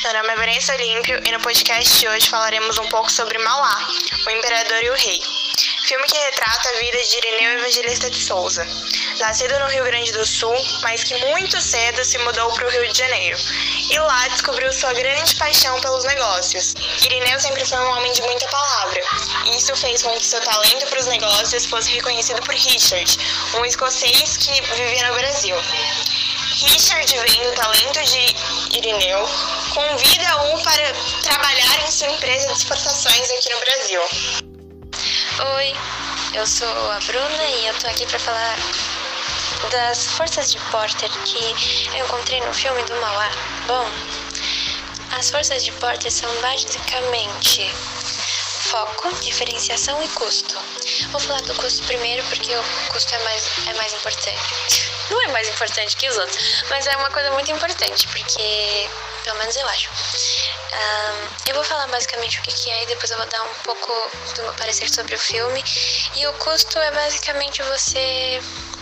Meu nome é Vanessa Olímpio e no podcast de hoje falaremos um pouco sobre Mauá, o Imperador e o Rei. Filme que retrata a vida de Irineu Evangelista de Souza. Nascido no Rio Grande do Sul, mas que muito cedo se mudou para o Rio de Janeiro. E lá descobriu sua grande paixão pelos negócios. Irineu sempre foi um homem de muita palavra. E isso fez com que seu talento para os negócios fosse reconhecido por Richard, um escocês que vivia no Brasil. Richard, vendo o talento de Irineu, convida-o para trabalhar em sua empresa de exportações aqui no Brasil. Oi, eu sou a Bruna e eu tô aqui para falar das forças de Porter que eu encontrei no filme do Mauá. Bom, as forças de Porter são basicamente foco, diferenciação e custo. Vou falar do custo primeiro porque o custo é mais importante. Não é mais importante que os outros, mas é uma coisa muito importante, porque, pelo menos eu acho. Eu vou falar basicamente o que é e depois eu vou dar um pouco do meu parecer sobre o filme. E o custo é basicamente você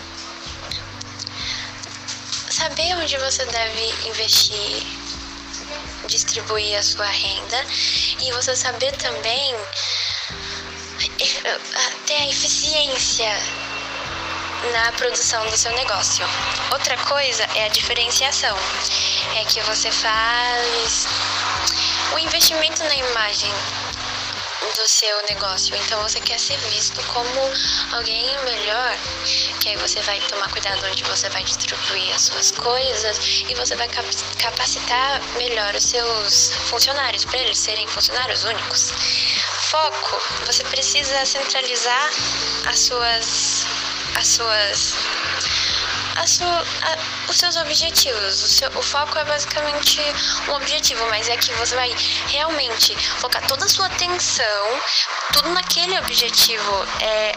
saber onde você deve investir, distribuir a sua renda e você saber também ter a eficiência na produção do seu negócio. Outra coisa é a diferenciação. É que você faz o investimento na imagem do seu negócio. Então você quer ser visto como alguém melhor, que aí você vai tomar cuidado onde você vai distribuir as suas coisas e você vai capacitar melhor os seus funcionários para eles serem funcionários únicos. Foco, você precisa centralizar os seus objetivos. O foco é basicamente um objetivo, mas é que você vai realmente focar toda a sua atenção, tudo naquele objetivo.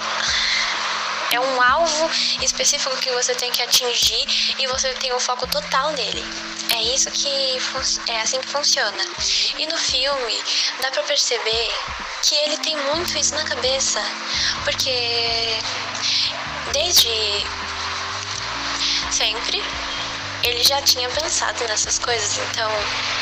É um alvo específico que você tem que atingir e você tem o foco total nele. É isso que é assim que funciona. E no filme dá pra perceber que ele tem muito isso na cabeça, porque desde sempre ele já tinha pensado nessas coisas. Então,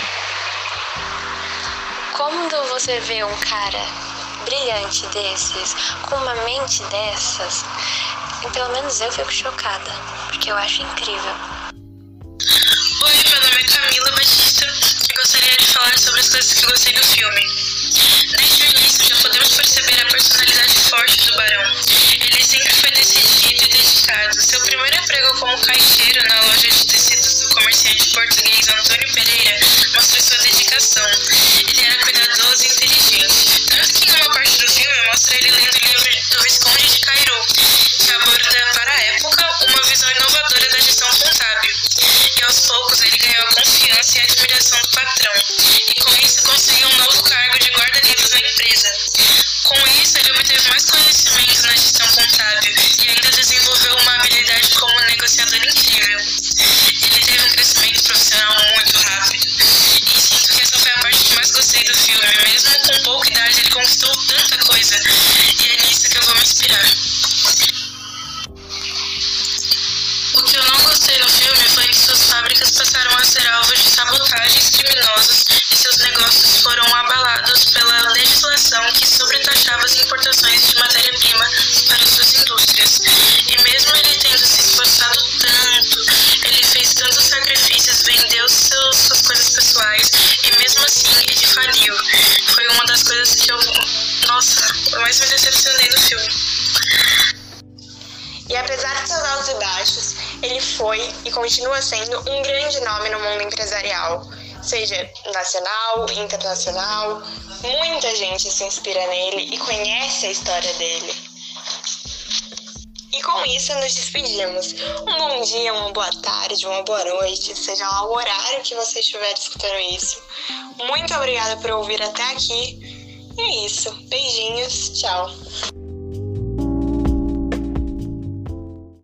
quando você vê um cara brilhante desses, com uma mente dessas, pelo menos eu fico chocada, porque eu acho incrível. Oi, meu nome é Camila Batista e gostaria de falar sobre as coisas que eu gostei do filme. Desde o início já podemos perceber a personalidade forte do Barão. Ele sempre foi decidido e dedicado. Seu primeiro emprego como caixeiro na loja de tecidos do comerciante português Antônio Pereira mostra sua dedicação. Ele era cuidadoso e inteligente. Tanto que em uma parte do filme mostra ele lendo o livro do Visconde de Cairo, que aborda para a época uma visão inovadora da gestão contábil. E aos poucos ele ganhou a confiança e a admiração do patrão. E com isso conseguiu um novo cargo de guarda-livros na empresa. Com isso ele obteve mais conhecimento na gestão contábil e ainda desenvolveu uma habilidade como negociador incrível. Ele teve um crescimento profissional muito rápido. E sinto que essa foi a parte que mais gostei do filme. Mesmo com pouca idade ele conquistou tanta coisa. E é nisso que eu vou me inspirar. O que eu não gostei no filme foi que suas fábricas passaram a ser alvos de sabotagens criminosas e seus negócios foram abalados pela legislação que sobretaxava as importações de matéria-prima para suas indústrias. E mesmo ele tendo se esforçado tanto, ele fez tantos sacrifícios, vendeu suas coisas pessoais e mesmo assim ele faliu. Foi uma das coisas que eu mais me decepcionei no filme. E apesar de seus altos e baixos, ele foi e continua sendo um grande nome no mundo empresarial, seja nacional, internacional. Muita gente se inspira nele e conhece a história dele. E com isso nos despedimos. Um bom dia, uma boa tarde, uma boa noite, seja lá o horário que você estiver escutando isso. Muito obrigada por ouvir até aqui. E é isso. Beijinhos. Tchau.